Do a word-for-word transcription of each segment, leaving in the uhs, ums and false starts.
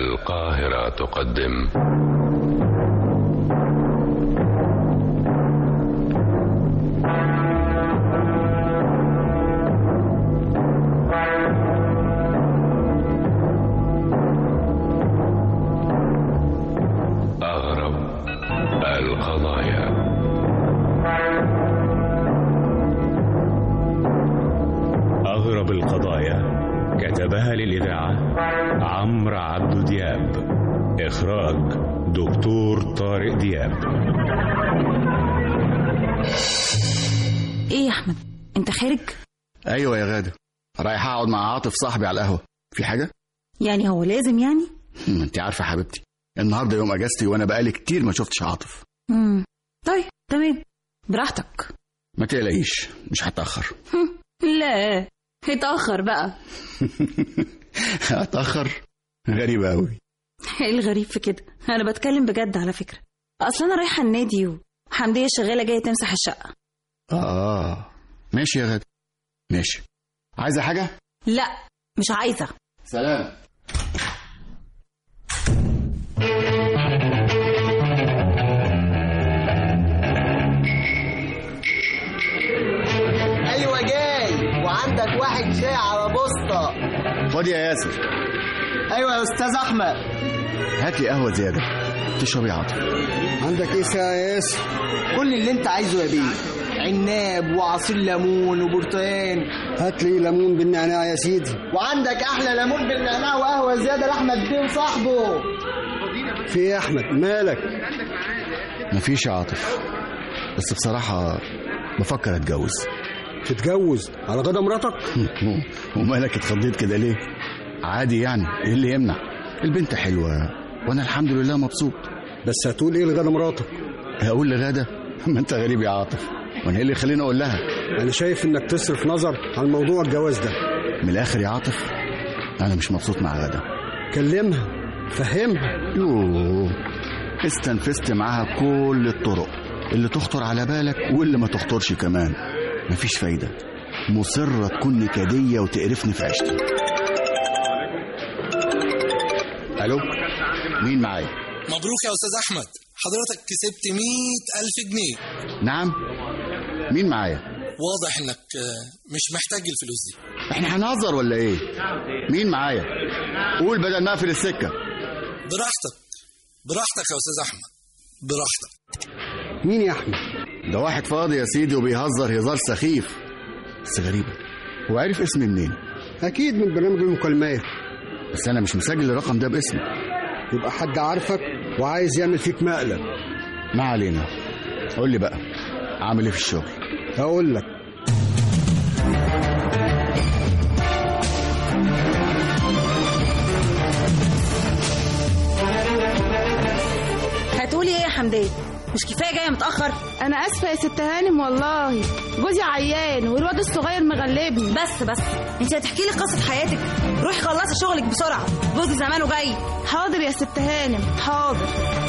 القاهرة تقدم أغرب القضايا. أغرب القضايا كتبها للإذاعة عمرو عبد دياب، إخراج دكتور طارق دياب. إيه يا أحمد، أنت خارج؟ أيوة يا غادة، رايح أقعد مع عاطف صاحبي على القهوة. في حاجة؟ يعني هو لازم يعني؟ أنت عارفة حبيبتي، النهاردة يوم أجازتي وأنا بقالي كتير ما شفتش عاطف. امم طيب تمام، براحتك. ما تقلقيش، مش هتأخر. لا اتأخر بقى. هتأخر؟ غريبة أوي. ايه الغريب في كده؟ أنا بتكلم بجد على فكرة. أصلا أنا رايحة النادي وحمدية شغالة جاية تمسح الشقة. آه ماشي يا غادة، ماشي. عايزة حاجة؟ لا مش عايزة. سلام. ايوه جاي، وعندك واحد شاي على بسطة. خد يا ياسر. ايوه يا استاذ احمد. هات لي قهوة زيادة. تشرب يا عاطف؟ عندك ايه يا ياسر؟ كل اللي انت عايزه يا بيه، عناب وعصير ليمون وبرتقال. هات لي ليمون بالنعناع يا سيدي. وعندك احلى ليمون بالنعناع وقهوة زيادة لاحمد بيه وصاحبه. في ايه يا احمد، مالك؟ مفيش يا عاطف، بس بصراحة بفكر اتجوز. تتجوز على غدا مراتك؟ ومالك اتخضيت كده ليه؟ عادي يعني، ايه اللي يمنع؟ البنت حلوة وانا الحمد لله مبسوط. بس هتقول ايه لغدا مراتك؟ هقول لغادة؟ ما انت غريب يا عاطف، وانا ايه اللي يخليني اقول لها؟ انا شايف انك تصرف نظر عن موضوع الجواز ده. من الاخر يا عاطف، انا مش مبسوط مع غادة. كلمها، فهمها. يوه، استنفذت معاها كل الطرق اللي تخطر على بالك واللي ما تخطرش كمان، مفيش فايدة. مصرة تكون نكدية وتقرفني في عيشتي. الو، مين معايا؟ مبروك يا استاذ احمد، حضرتك كسبت مئة الف جنيه. نعم، مين معايا؟ واضح انك مش محتاج الفلوس دي. احنا هنهزر ولا ايه؟ مين معايا؟ قول بدل ما اقفل السكة. براحتك براحتك يا استاذ احمد، براحتك. مين يا احمد؟ ده واحد فاضي يا سيدي وبيهزر هزار سخيف، بس غريبة، هو عارف اسمي منين؟ اكيد من برنامج المكالمات. بس انا مش مسجل الرقم ده باسمي. يبقى حد عارفك وعايز يعمل فيك مقلب. ما علينا، قول لي بقى عامل ايه في الشغل؟ هقول لك. هتقولي ايه يا حمدية؟ مش كفاية جاية متأخر؟ أنا آسفة يا ست هانم، والله جوزي عيان والواد الصغير مغلبني. بس بس انت هتحكي لي قصة حياتك؟ روحي خلصي شغلك بسرعة، جوزي زمانه جاي. حاضر يا ست هانم، حاضر.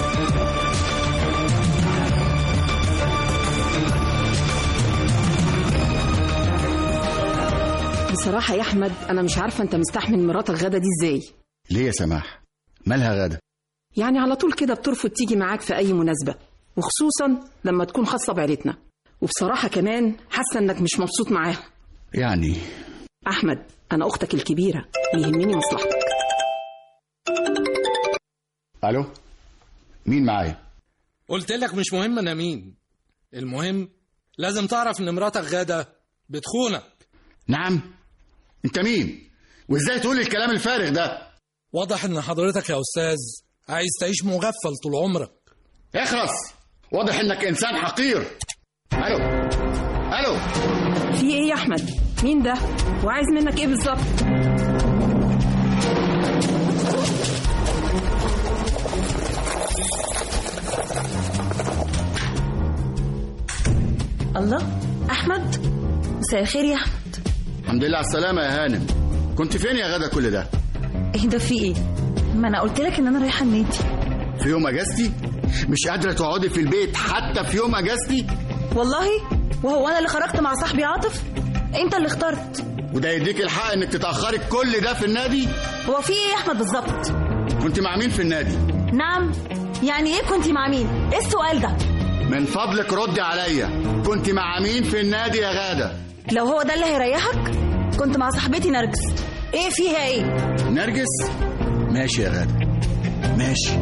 بصراحة يا أحمد، أنا مش عارفة أنت مستحمل مراتك غدا دي إزاي؟ ليه يا سماح؟ مالها غدا؟ يعني على طول كده بترفض تيجي معاك في أي مناسبة، وخصوصا لما تكون خاصة بعيلتنا، وبصراحة كمان حاسة إنك مش مبسوط معاها. يعني أحمد، أنا أختك الكبيرة، يهمني مصلحتك. ألو، مين معايا؟ قلت لك مش مهم أنا مين، المهم لازم تعرف إن مراتك غادة بتخونك. نعم؟ أنت مين؟ وإزاي تقول الكلام الفارغ ده؟ واضح إن حضرتك يا أستاذ عايز تعيش مغفل طول عمرك. اخرس، واضح إنك إنسان حقير. ألو ألو، في إيه يا أحمد؟ مين ده؟ وعايز منك إيه بالظبط؟ الله، أحمد، مساء الخير يا أحمد. الحمد لله على السلامة يا هانم. كنت فين يا غدا كل ده؟ ايه ده، في ايه؟ ما انا قلت لك ان انا رايحه النادي. في يوم اجازتي؟ مش قادرة تقعدي في البيت حتى في يوم اجازتي؟ والله، وهو انا اللي خرجت مع صاحبي عاطف؟ انت اللي اخترت. وده يديك الحق انك تتأخري كل ده في النادي؟ هو في ايه يا احمد بالظبط؟ كنت مع مين في النادي؟ نعم، يعني ايه كنت مع مين؟ ايه السؤال ده؟ من فضلك ردي عليا، كنت مع مين في النادي يا غادة؟ لو هو ده اللي هيريحك كنت مع صاحبتي نرجس. ايه فيها ايه؟ نرجس؟ ماشي يا غادة، ماشي.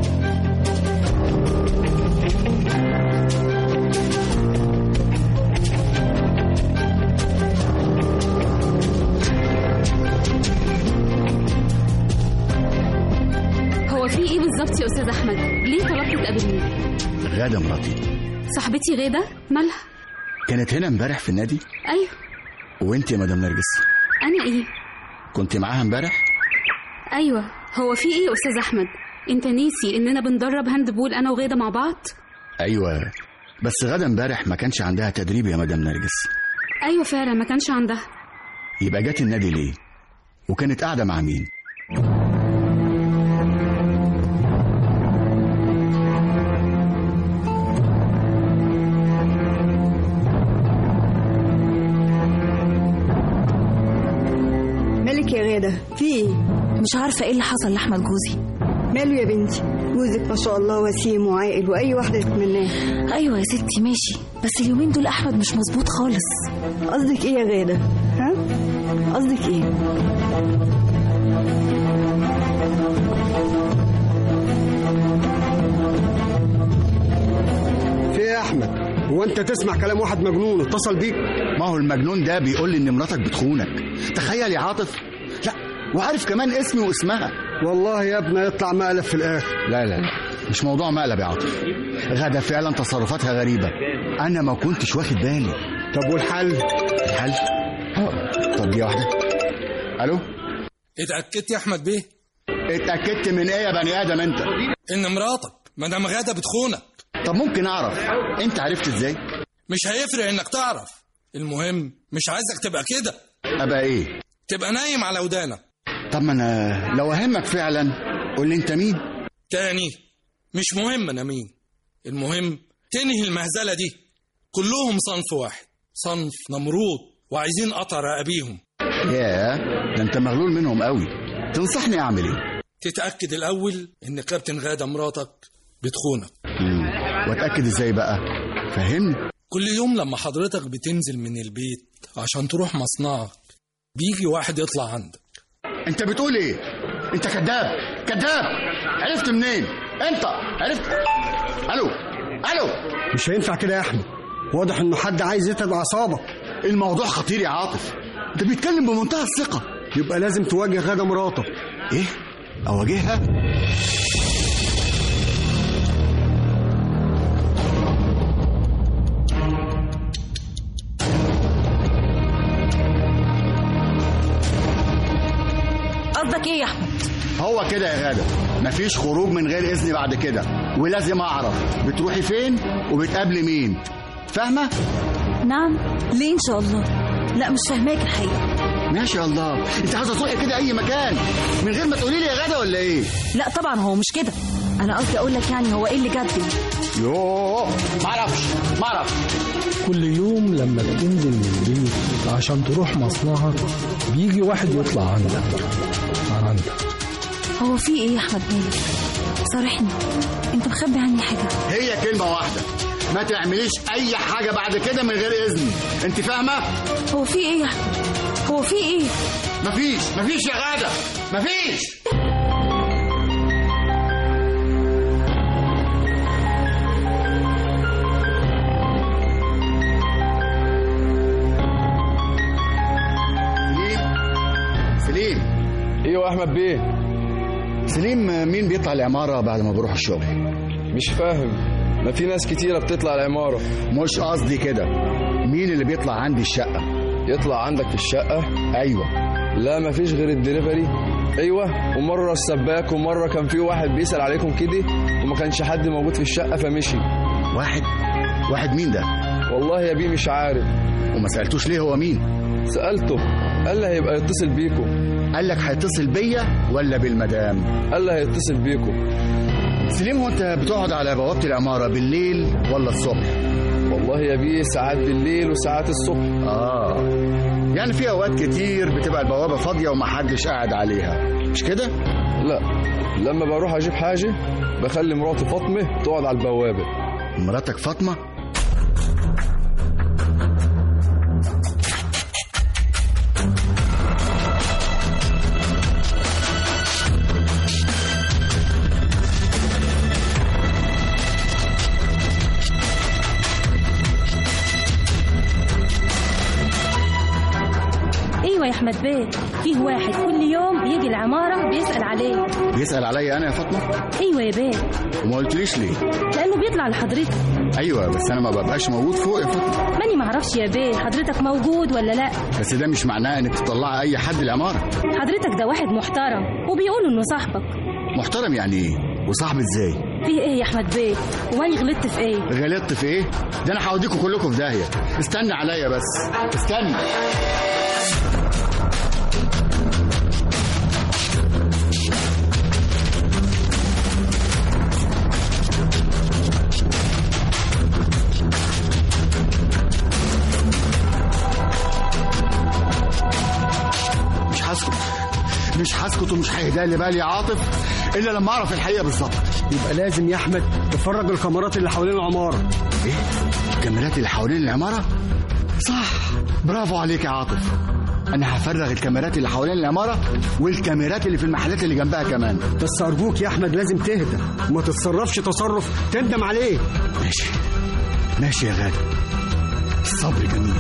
هو في ايه بالظبط يا استاذ احمد؟ ليه طلبت تقابلني؟ غادة مراتي. صاحبتي غادة؟ مالها؟ كانت هنا امبارح في النادي؟ ايوه. وانت يا مدام نرجس؟ انا ايه؟ كنت معاها امبارح؟ ايوه. هو في ايه يا استاذ احمد؟ انت ناسي اننا بندرب هاند بول انا وغادة مع بعض؟ ايوه، بس غادة امبارح ما كانش عندها تدريب يا مدام نرجس. ايوه فعلا ما كانش عندها. يبقى جت النادي ليه؟ وكانت قاعدة مع مين؟ مالك يا غادة؟ في ايه؟ مش عارفة ايه اللي حصل لأحمد جوزي. ماله يا بنتي؟ جوزك ما شاء الله وسيم وعاقل وأي واحدة تتمناه. أيوة يا ستي ماشي، بس اليومين دول أحمد مش مظبوط خالص. قصدك ايه يا غادة؟ ها؟ قصدك ايه؟ في ايه يا أحمد؟ هو أنت تسمع كلام واحد مجنون اتصل بيك؟ ما هو المجنون ده بيقول لي إن مراتك بتخونك. تخيل يا عاطف. لا، وعارف كمان اسمي واسمها. والله يا ابني يطلع مقلب في الآخر. لا لا لا، مش موضوع مقلب يا عاطف. غادة فعلا تصرفاتها غريبة، أنا ما كنتش واخد بالي. طب والحل؟ الحل؟ طب دي واحدة. ألو؟ اتأكدت يا أحمد بيه؟ اتأكدت من إيه يا بني آدم أنت؟ إن مراتك مدام غادة بتخونك. طب ممكن أعرف أنت عرفت إزاي؟ مش هيفرق إنك تعرف، المهم مش عايزك تبقى كده. أبقى إيه؟ تبقى نايم على ودانك. طب ما أنا لو أهمك فعلا قول لي أنت مين؟ تاني مش مهم أنا مين، المهم تنهي المهزلة دي. كلهم صنف واحد، صنف نمرود وعايزين قطع رقابيهم. ياه، ده أنت مغلول منهم قوي. تنصحني أعمل إيه؟ تتأكد الأول إن كابتن غادة مراتك بتخونك. امم وأتأكد إزاي بقى؟ فهمني. كل يوم لما حضرتك بتنزل من البيت عشان تروح مصنعك بيجي واحد يطلع عندك. انت بتقول ايه؟ انت كذاب كذاب. عرفت منين؟ انت عرفت؟ الو الو. مش هينفع كده يا احمد، واضح انه حد عايز يتعب اعصابك. الموضوع خطير يا عاطف، انت بيتكلم بمنتهى الثقة. يبقى لازم تواجه غادة مراتك. ايه؟ اواجهها؟ قصدك ايه يا احمد؟ هو كده يا غادة، مفيش خروج من غير اذن بعد كده، ولازم اعرف بتروحي فين وبتقابلي مين. فاهمة؟ نعم. ليه ان شاء الله؟ لا مش فاهماك الحقيقة. ماشي يا الله، انت عايزة تروحي كده اي مكان من غير ما تقولي لي يا غادة ولا ايه؟ لا طبعا هو مش كده، انا قصدي اقول لك يعني هو ايه اللي جد. يوه معرفش معرفش. كل يوم لما بتنزل من البيت عشان تروح مصنعك بيجي واحد يطلع عندك عندك. هو في ايه يا احمد مالك؟ صارحني، انت مخبي عني حاجه؟ هي كلمه واحده، ما تعمليش اي حاجه بعد كده من غير اذني، انت فاهمه؟ هو في ايه يا احمد؟ هو في ايه؟ مفيش مفيش يا غاده مفيش. سليم. ايوه احمد بيه. سليم، مين بيطلع العماره بعد ما بروح الشغل؟ مش فاهم، ما في ناس كتيره بتطلع العماره. مش قصدي كده، مين اللي بيطلع عندي الشقه؟ يطلع عندك في الشقه؟ ايوه. لا ما فيش غير الدليفري. ايوه، ومره السباك، ومره كان في واحد بيسال عليكم كده وما كانش حد موجود في الشقه فمشي. واحد؟ واحد مين ده؟ والله يا بيه مش عارف. وما سالتوش ليه هو مين؟ سالته، قال لي هيبقى يتصل بيكم. قال لك هيتصل بيا ولا بالمدام؟ قال لي هيتصل بيكم. سليم، هو انت بتقعد على بوابه العماره بالليل ولا الصبح؟ والله يا بيه ساعات بالليل وساعات الصبح. اه، يعني في اوقات كتير بتبقى البوابه فاضيه ومحدش قاعد عليها، مش كده؟ لا، لما بروح اجيب حاجه بخلي مراتي فاطمه تقعد على البوابه. مراتك فاطمه؟ ايوه يا احمد بيه، فيه واحد كل يوم بيجي العماره بيسال عليه. بيسال عليا انا يا فاطمه؟ ايوه يا بيه. وما قلتليش ليه؟ لانه بيطلع لحضرتك. ايوه بس انا ما ببقاش موجود فوق يا فاطمه. ماني معرفش يا بيه حضرتك موجود ولا لا. بس ده مش معناه انك تطلعي اي حد العماره. حضرتك ده واحد محترم وبيقولوا انه صاحبك. محترم يعني ايه؟ وصاحب ازاي؟ فيه ايه يا احمد بيه؟ واني غلطت في ايه؟ غلطت في ايه؟ ده انا هوديكم كلكم في داهيه. استنى عليا بس، استنى. مش هسكت مش هسكت ومش هيهدى لي بالي يا عاطف الا لما اعرف الحقيقه بالظبط. يبقى لازم يا احمد تفرج الكاميرات اللي حوالين العماره. ايه؟ الكاميرات اللي حوالين العماره؟ صح، برافو عليك يا عاطف. انا هفرغ الكاميرات اللي حوالين العماره والكاميرات اللي في المحلات اللي جنبها كمان. بس ارجوك يا احمد لازم تهدى وما تتصرفش تصرف تندم عليه. ماشي ماشي يا غالي، الصبر جميل.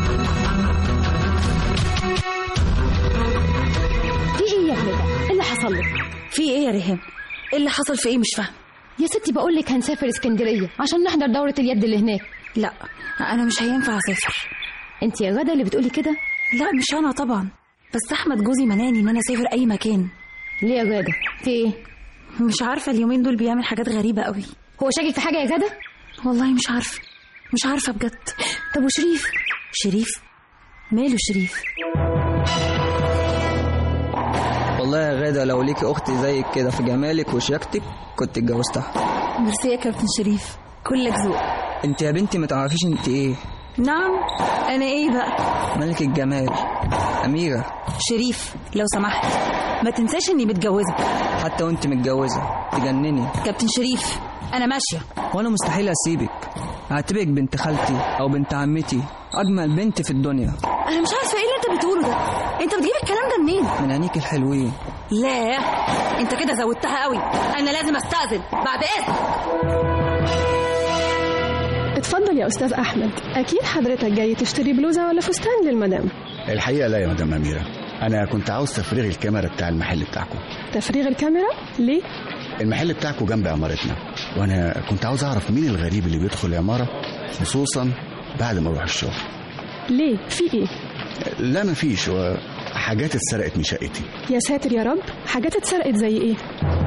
في ايه يا ابني؟ ايه اللي حصل لك؟ في ايه يا ريهام؟ ايه اللي حصل؟ في ايه مش فاهم يا ستي. بقول لك هنسافر اسكندريه عشان نحضر دوره اليد اللي هناك. لا انا مش هينفع اسافر. انت يا غدا اللي بتقولي كده؟ لا مش انا طبعا، بس احمد جوزي مناني ان انا اسافر اي مكان. ليه يا غدا؟ في ايه؟ مش عارفه، اليومين دول بيعمل حاجات غريبه قوي. هو شاكك في حاجه يا غدا؟ والله مش عارفه مش عارفه بجد. طب وشريف؟ شريف ماله شريف؟ والله يا غادة لو ليكي أختي زيك كده في جمالك وشياكتك كنت اتجوزتها. ميرسي يا كابتن شريف، كلك ذوق. انت يا بنتي ما تعرفيش انت ايه؟ نعم انا ايه بقى؟ ملك الجمال أميرة. شريف لو سمحت ما تنساش اني متجوزة. حتى وانت متجوزة تجنني. كابتن شريف انا ماشية. وانا مستحيل اسيبك، هعتبرك بنت خالتي او بنت عمتي، اجمل بنت في الدنيا. انا مش عارفة ايه اللي انت بتقوله ده، انت بتجيب الكلام ده منين؟ من عينيك الحلوين. لا انت كده زودتها قوي، انا لازم استأذن بعد اذنك. اتفضل يا استاذ احمد، اكيد حضرتك جاي تشتري بلوزه ولا فستان للمدام؟ الحقيقه لا يا مدام اميره، انا كنت عاوز تفريغ الكاميرا بتاع المحل بتاعكم. تفريغ الكاميرا؟ ليه؟ المحل بتاعكم جنب عمارتنا، وانا كنت عاوز اعرف مين الغريب اللي بيدخل العماره خصوصا بعد ما اروح الشغل. ليه؟ في ايه؟ لا مفيش، حاجات اتسرقت من شقتي. يا ساتر يا رب، حاجات اتسرقت زي ايه؟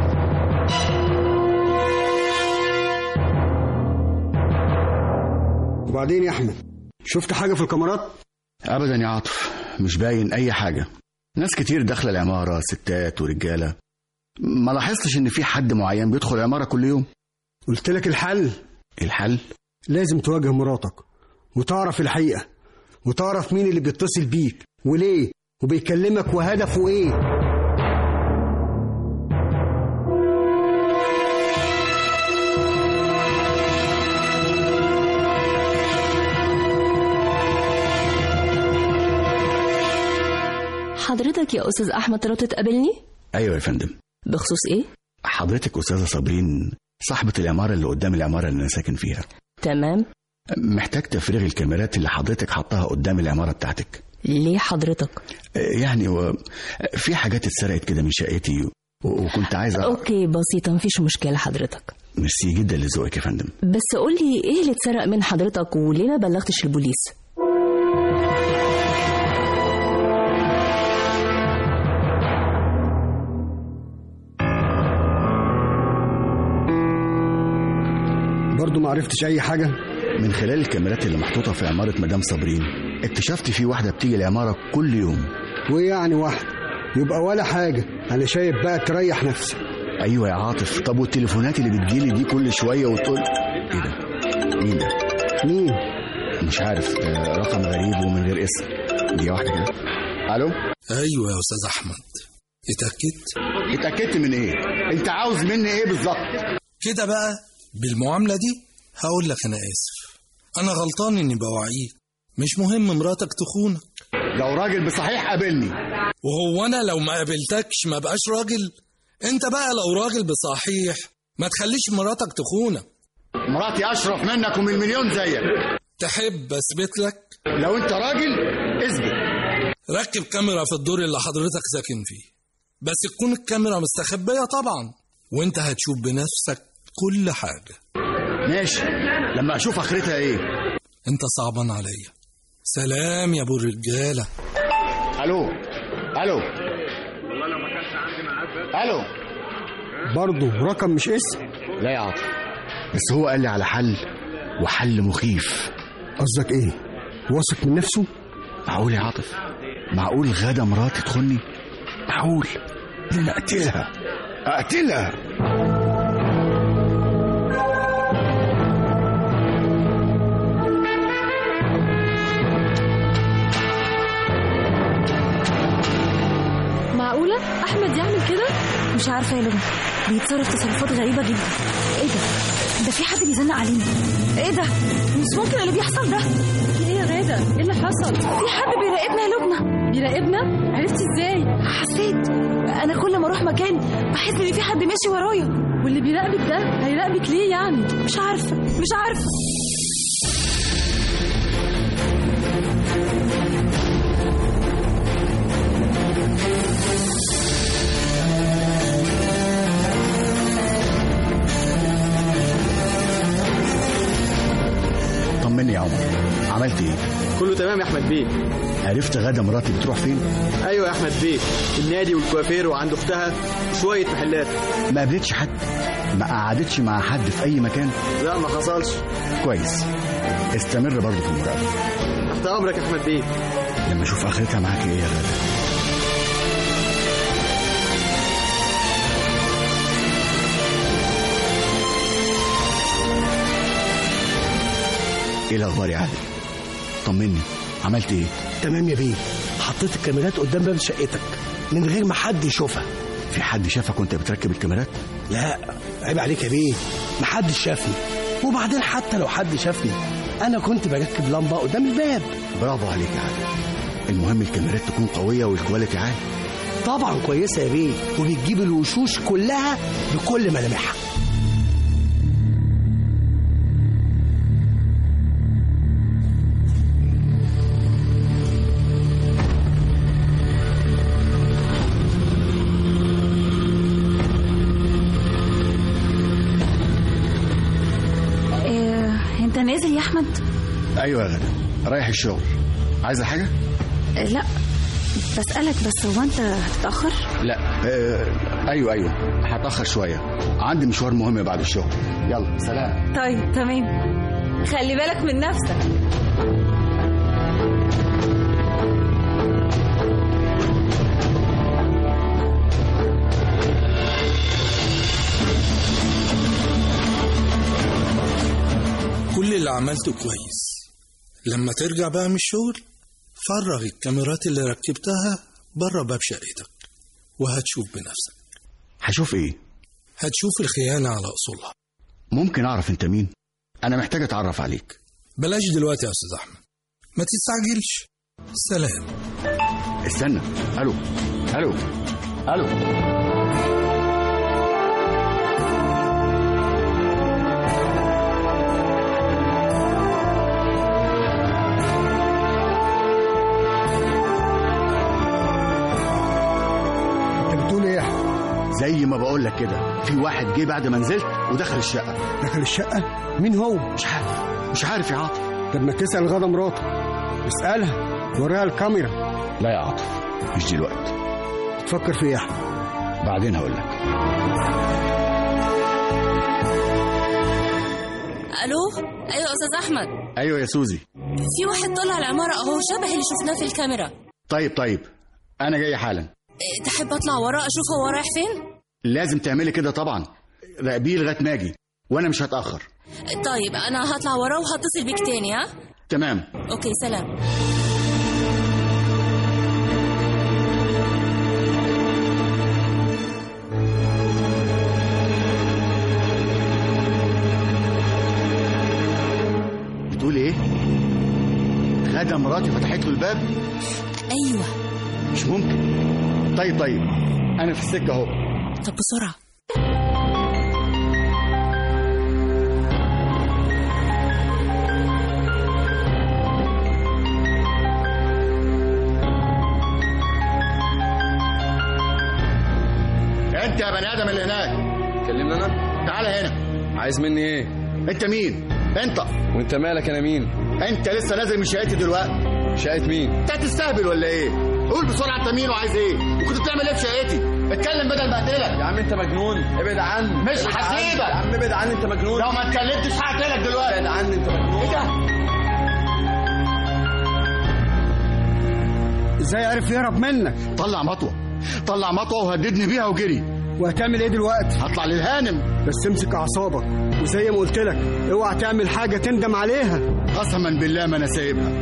وبعدين يا احمد شفت حاجه في الكاميرات؟ ابدا يا عاطف، مش باين اي حاجه. ناس كتير داخله العماره، ستات ورجاله. ما لاحظتش ان في حد معين بيدخل العماره كل يوم. قلت لك الحل. الحل لازم تواجه مراتك وتعرف الحقيقه، وتعرف مين اللي بيتصل بيك وليه وبيكلمك وهدفه ايه. حضرتك يا أستاذ أحمد طلبت تقابلني؟ أيوة يا فندم. بخصوص إيه؟ حضرتك أستاذة صابرين صاحبة العمارة اللي قدام العمارة اللي أنا ساكن فيها. تمام. محتاج تفريغ الكاميرات اللي حضرتك حطها قدام العمارة بتاعتك. ليه حضرتك؟ يعني و... في حاجات اتسرقت كده من شقتي و... وكنت عايز أ... أوكي بسيطة، مفيش مشكلة حضرتك. ميرسي جدا لذوقك يا فندم. بس قولي إيه اللي اتسرق من حضرتك وليه ما بلغتش البوليس؟ برضو ما عرفتش اي حاجه؟ من خلال الكاميرات اللي محطوطه في عماره مدام صابرين اكتشفت في واحده بتيجي العماره كل يوم. وايه يعني واحده؟ يبقى ولا حاجه. انا شايف بقى تريح نفسك. ايوه يا عاطف. طب والتليفونات اللي بتجيلي دي كل شويه وتقول ايه ده؟ مين ده؟ مين؟ مش عارف، رقم غريب ومن غير اسم. دي واحده كده. الو. ايوه يا استاذ احمد، اتأكدت؟ اتأكدت من ايه؟ انت عاوز مني ايه بالظبط؟ كده بقى بالمعاملة دي هقول لك انا اسف. انا غلطان اني بوعيك. مش مهم مراتك تخونك. لو راجل بصحيح قابلني. وهو انا لو ما قابلتكش ما بقاش راجل؟ انت بقى لو راجل بصحيح ما تخليش مراتك تخونك. مراتي اشرف منك ومن مليون زيك. تحب اثبت لك؟ لو انت راجل اثبت. ركب كاميرا في الدور اللي حضرتك ساكن فيه، بس تكون الكاميرا مستخبية طبعا، وانت هتشوف بنفسك كل حاجة. ماشي، لما اشوف اخرتها ايه. انت صعبان عليا. سلام يا ابو الرجالة. الو الو الو. برضه رقم مش اسم؟ لا يا عاطف، بس هو قال لي على حل، وحل مخيف. قصدك ايه؟ واثق من نفسه؟ معقول يا عاطف؟ معقول غدا مراتي تخوني؟ معقول؟ انا اقتلها اقتلها. معقولة أحمد يعمل كده؟ مش عارفة يا لبنى، بيتصرف تصرفات غريبة جدا. ايه ده؟ ده في حد بيزنق علينا. ايه ده؟ مش ممكن اللي بيحصل ده. ايه يا غادة؟ ايه اللي حصل؟ في حد بيراقبنا يا لبنى. بيراقبنا؟ عرفتي ازاي؟ حسيت انا كل ما اروح مكان بحس ان في حد ماشي ورايا. واللي بيراقبك ده هيراقبك ليه يعني؟ مش عارفة مش عارفة. طمني يا عمر، عملت ايه؟ كله تمام يا احمد بيه. عرفت غدا مراتي بتروح فين؟ ايوه يا احمد بيه، النادي والكوافير وعند اختها شويه محلات. ما قابلتش حد؟ ما قعدتش مع حد في اي مكان؟ لا ما حصلش. كويس، استمر برضه في المراقبه. تحت امرك يا احمد بيه. لما اشوف اخرتها معاك ايه يا غدا. ايه الاخبار يا علي؟ طمني، عملت ايه؟ تمام يا بيه، حطيت الكاميرات قدام باب شقتك من غير ما حد يشوفها. في حد شافك وانت بتركب الكاميرات؟ لا عيب عليك يا بيه، محدش شافني. وبعدين حتى لو حد شافني انا كنت بركب لمبه قدام الباب. برافو عليك يا علي. المهم الكاميرات تكون قويه والكواليتي عالي. طبعا كويسه يا بيه، وبتجيب الوشوش كلها بكل ملامحها. انت نازل يا احمد؟ ايوه يا غدا، رايح الشغل. عايزه حاجه؟ لا بسألك بس، هو انت هتتأخر؟ لا اه ايوه ايوه هتأخر شويه، عندي مشوار مهم بعد الشغل. يلا سلام. طيب تمام، خلي بالك من نفسك. كل اللي عملته كويس. لما ترجع بقى من الشغل فرغ الكاميرات اللي ركبتها بره باب شقتك وهتشوف بنفسك. هشوف ايه؟ هتشوف الخيانة على أصولها. ممكن أعرف أنت مين؟ أنا محتاج أتعرف عليك. بلاش دلوقتي يا أستاذ أحمد، ما تستعجلش. سلام. استنى. ألو ألو ألو زي ما بقول لك كده، في واحد جه بعد ما نزلت ودخل الشقة. دخل الشقة؟ مين هو؟ مش عارف مش عارف يا عاطف. طب ما تسأل غدا مراته، اسألها وريها الكاميرا. لا يا عاطف مش دلوقتي. تفكر في ايه يا احمد؟ بعدين هقول لك. الو ايوه يا استاذ احمد. ايوه يا سوزي. في واحد طلع العمارة اهو، شبه اللي شفناه في الكاميرا. طيب طيب انا جاي حالا. تحب اطلع وراه اشوف هو رايح فين؟ لازم تعملي كده طبعا، راقبيه لغايه ما اجي وانا مش هتاخر. طيب انا هطلع وراه وهتصل بيك تاني. ها تمام. اوكي سلام. غادة مراتي فتحت له الباب؟ ايوه. مش ممكن. طيب طيب انا في السكه اهو. طب بسرعه. انت يا بني ادم اللي هناك، كلمنا انا. تعالى هنا. عايز مني ايه؟ انت مين؟ انت. وانت مالك؟ انا مين؟ انت لسه نازل من شقتي دلوقتي. شقه مين؟ انت هتستهبل ولا ايه؟ قول بسرعه انت مين وعايز ايه؟ وكنت بتعمل ايه في شقتي؟ اتكلم بدل ما اقتلك. يا عم انت مجنون، ابعد عني. مش هسيبك يا عم ابعد عني، انت مجنون. لو ما اتكلمتش هقتلك دلوقتي. ابعد عني، انت مجنون. ايه ده؟ ازاي عرف يهرب منك؟ طلع مطوه طلع مطوه وهددني بيها وجري. وهتعمل ايه دلوقتي؟ هطلع للهانم. بس امسك اعصابك، وزي ما قلت لك اوعى تعمل حاجه تندم عليها. قسما بالله ما انا سايبها.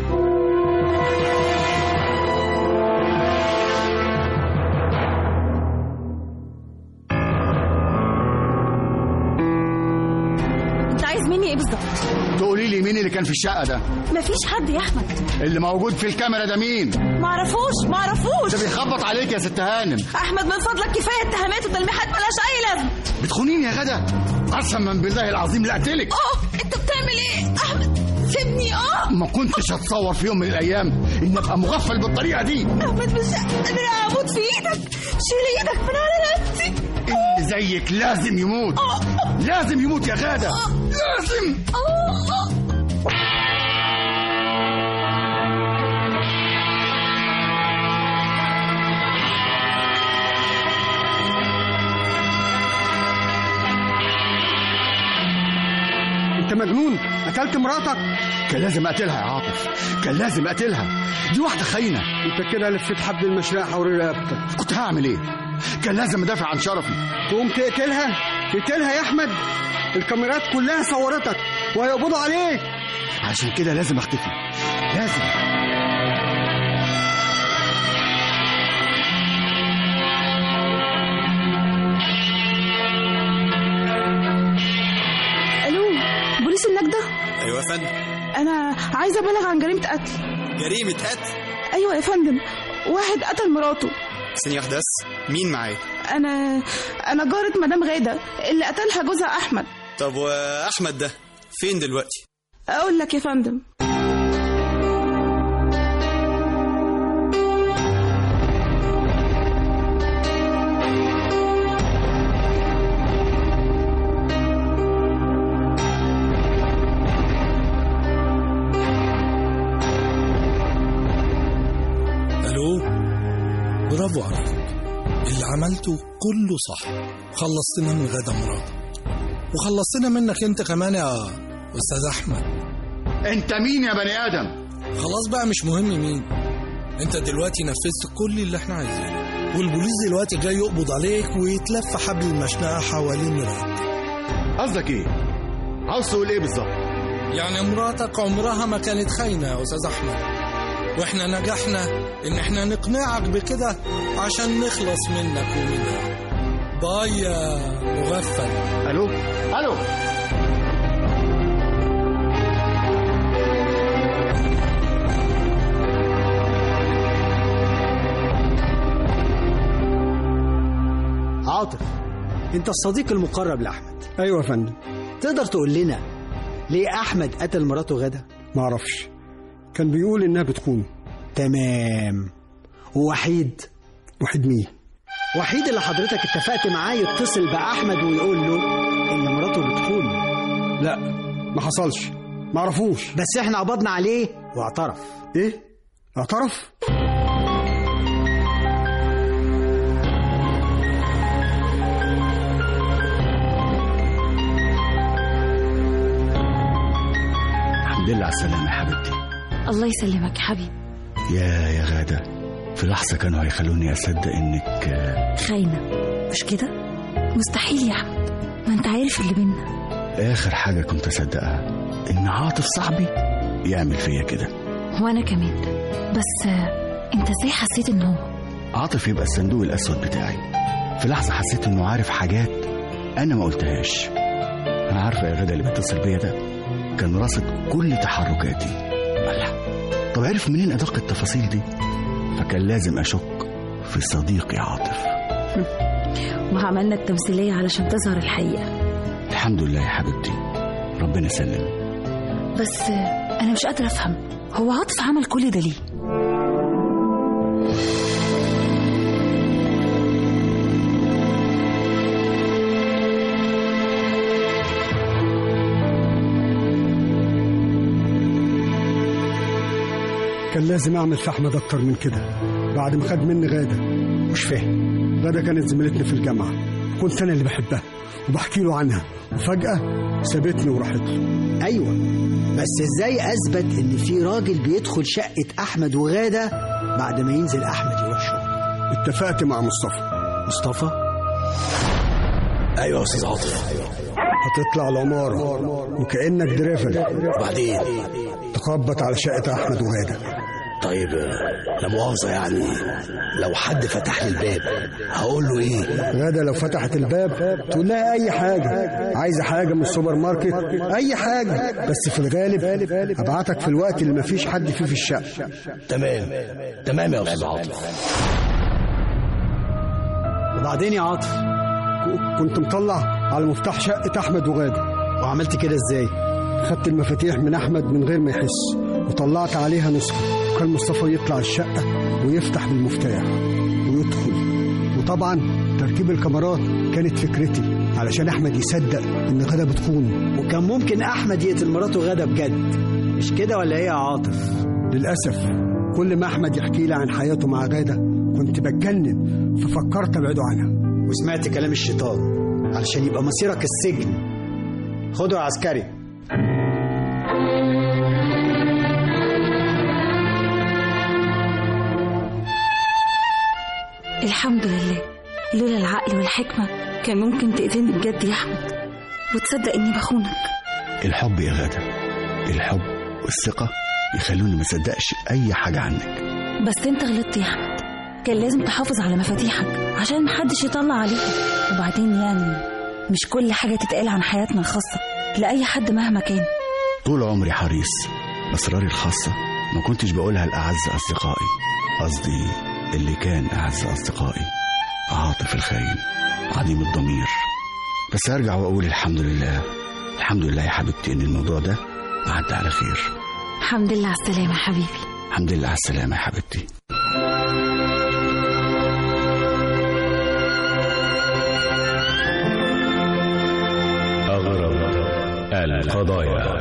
انت عايز مني ايه بالظبط؟ تقولي لي مين اللي كان في الشقه ده؟ مفيش حد يا احمد. اللي موجود في الكاميرا ده مين؟ معرفوش معرفوش. ده بيخبط عليك يا ست هانم. احمد من فضلك كفايه اتهامات وتلميحات ملهاش اي لازمه. بتخونيني يا غدا؟ قسما بالله العظيم لا اقتلك. اه انت بتعمل ايه؟ احمد سيبني. اه ما كنتش هتصور في يوم من الايام ان ابقى مغفل بالطريقه دي. احمد مش قادره اموت في ايدك. شيل ايدك من على نفسي. اللي زيك لازم يموت. أوه. لازم يموت يا غادة. أوه. لازم. أوه. انت مجنون؟ قتلت مراتك؟ كان لازم اقتلها يا عاطف، كان لازم اقتلها. دي واحده خاينه. انت كده لفيت حبل المشنقه حول رقبتك. كنت هعمل ايه؟ كان لازم ادافع عن شرفي. تقوم تقتلها؟ تقتلها يا احمد؟ الكاميرات كلها صورتك وهيقبضوا عليك. عشان كده لازم اختفي، لازم. الو، بوليس النجدة؟ ايوه يا فندم. انا عايزه ابلغ عن جريمه قتل. جريمه قتل؟ ايوه يا فندم، واحد قتل مراته. ثانيه واحده بس، مين معايا؟ انا انا جاره مدام غاده اللي قتلها جوزها احمد. طب واحمد ده فين دلوقتي؟ اقول لك يا فندم. برافو عليك، اللي عملته كله صح. خلصتنا من غدا مراتك وخلصتنا منك انت كمان يا استاذ احمد. انت مين يا بني ادم؟ خلاص بقى مش مهم مين، انت دلوقتي نفذت كل اللي احنا عايزينه، والبوليس دلوقتي جاي يقبض عليك ويتلف حبل المشنقه حوالين مراتك. قصدك ايه؟ عاوز تقول ايه بالظبط؟ يعني مراتك عمرها ما كانت خاينه يا استاذ احمد، واحنا نجحنا ان احنا نقنعك بكده عشان نخلص منك ومنها. باي يا مغفل. الو الو. عاطف، انت الصديق المقرب لاحمد. ايوه يا فندم. تقدر تقول لنا ليه احمد قتل مراته غدا؟ معرفش، كان بيقول انها بتخونه. تمام. ووحيد؟ وحيد مين؟ وحيد اللي حضرتك اتفقت معاه يتصل بأحمد ويقول له إن مراته بتخونه. لا ما حصلش، معرفوش. بس احنا قبضنا عليه واعترف. ايه؟ اعترف؟ الحمد لله على السلامة يا حبيبتي. الله يسلمك يا حبيبي. يا يا غادة، في لحظة كانوا هيخلوني أصدق إنك خاينة، مش كده؟ مستحيل يا أحمد، ما أنت عارف اللي بينا. آخر حاجة كنت أصدقها إن عاطف صاحبي يعمل فيا كده. وأنا كمان، بس أنت إزاي حسيت إن هو؟ عاطف يبقى الصندوق الأسود بتاعي. في لحظة حسيت إنه عارف حاجات أنا ما قلتهاش. أنا عارفة يا غادة اللي بيتصل بيا ده كان راصد كل تحركاتي. الله، طب عرف منين أدق التفاصيل دي؟ فكان لازم أشك في صديقي عاطف. وعملنا التمثيلية علشان تظهر الحقيقة. الحمد لله يا حبيبتي، ربنا سلم. بس أنا مش قادرة أفهم، هو عاطف عمل كل ده ليه؟ كان لازم أعمل في أحمد أكتر من كده بعد ما خد مني غادة. مش فاهم، غادة كانت زميلتنا في الجامعة، كنت أنا اللي بحبها وبحكي له عنها، وفجأة سابتني وراحت له. أيوة، بس إزاي أثبت إن في راجل بيدخل شقة أحمد وغادة بعد ما ينزل أحمد يروح شغل؟ اتفقت مع مصطفى. مصطفى؟ أيوة يا أستاذ عاطف. هتطلع العمارة وكأنك درافل، وبعدين تخبط على شقة أحمد وغادة. طيب لا مؤاخذة، يعني لو حد فتح لي الباب هقول له ايه؟ غادة لو فتحت الباب تقول لها اي حاجة، عايزة حاجة من السوبر ماركت، اي حاجة، بس في الغالب ابعتك في الوقت اللي مفيش حد فيه في الشقة. تمام تمام يا أستاذ عاطف. وبعدين يا عاطف؟ كنت مطلع على مفتاح شقة أحمد وغادة. وعملت كده ازاي؟ خدت المفاتيح من أحمد من غير ما يحس وطلعت عليها نسخة، وكان مصطفى يطلع الشقة ويفتح بالمفتاح ويدخل. وطبعا تركيب الكاميرات كانت فكرتي علشان أحمد يصدق إن غادة بتخونه. وكان ممكن أحمد يقتل مراته غادة بجد، مش كده ولا إيه يا عاطف؟ للأسف كل ما أحمد يحكي لي عن حياته مع غادة كنت بتجنن، ففكرت أبعده عنها. وسمعت كلام الشيطان علشان يبقى مصيرك السجن. خده يا عسكري. الحمد لله، لولا العقل والحكمة كان ممكن تقتلني بجد يا أحمد وتصدق إني بخونك. الحب يا غادة، الحب والثقة يخلوني ما صدقش أي حاجة عنك. بس أنت غلطت يا أحمد، كان لازم تحافظ على مفاتيحك عشان محدش يطلع عليها. وبعدين يعني مش كل حاجة تتقال عن حياتنا الخاصة لأي حد مهما كان. طول عمري حريص، أسراري الخاصة ما كنتش بقولها لأعز أصدقائي، قصدي اللي كان أعز أصدقائي، عاطف الخاين عديم الضمير. بس أرجع وأقول الحمد لله، الحمد لله يا حبيبتي إن الموضوع ده عدى على خير. الحمد لله على السلامة يا حبيبي. الحمد لله على السلامة يا حبيبتي. أغرب القضايا.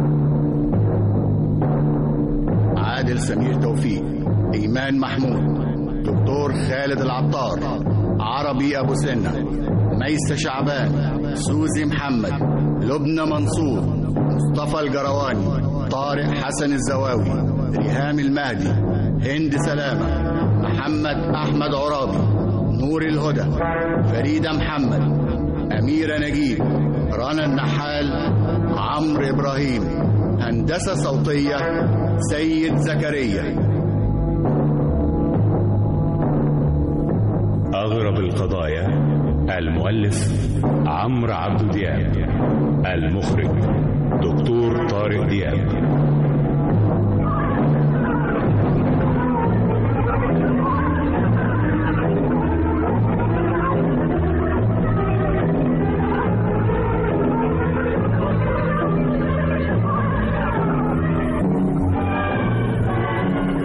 عادل سمير توفيق، إيمان محمود، دكتور خالد العطار، عربي أبو سنة، ميسة شعبان، سوزي محمد، لبنى منصور، مصطفى الجرواني، طارق حسن الزواوي، ريهام المهدي، هند سلامة، محمد أحمد عرابي، نور الهدى، فريدة محمد، أميرة نجيب، رنا النحال، عمرو إبراهيم، هندسة صوتية سيد زكريا. أغرب القضايا، المؤلف عمرو عبد دياب، المخرج دكتور طارق دياب.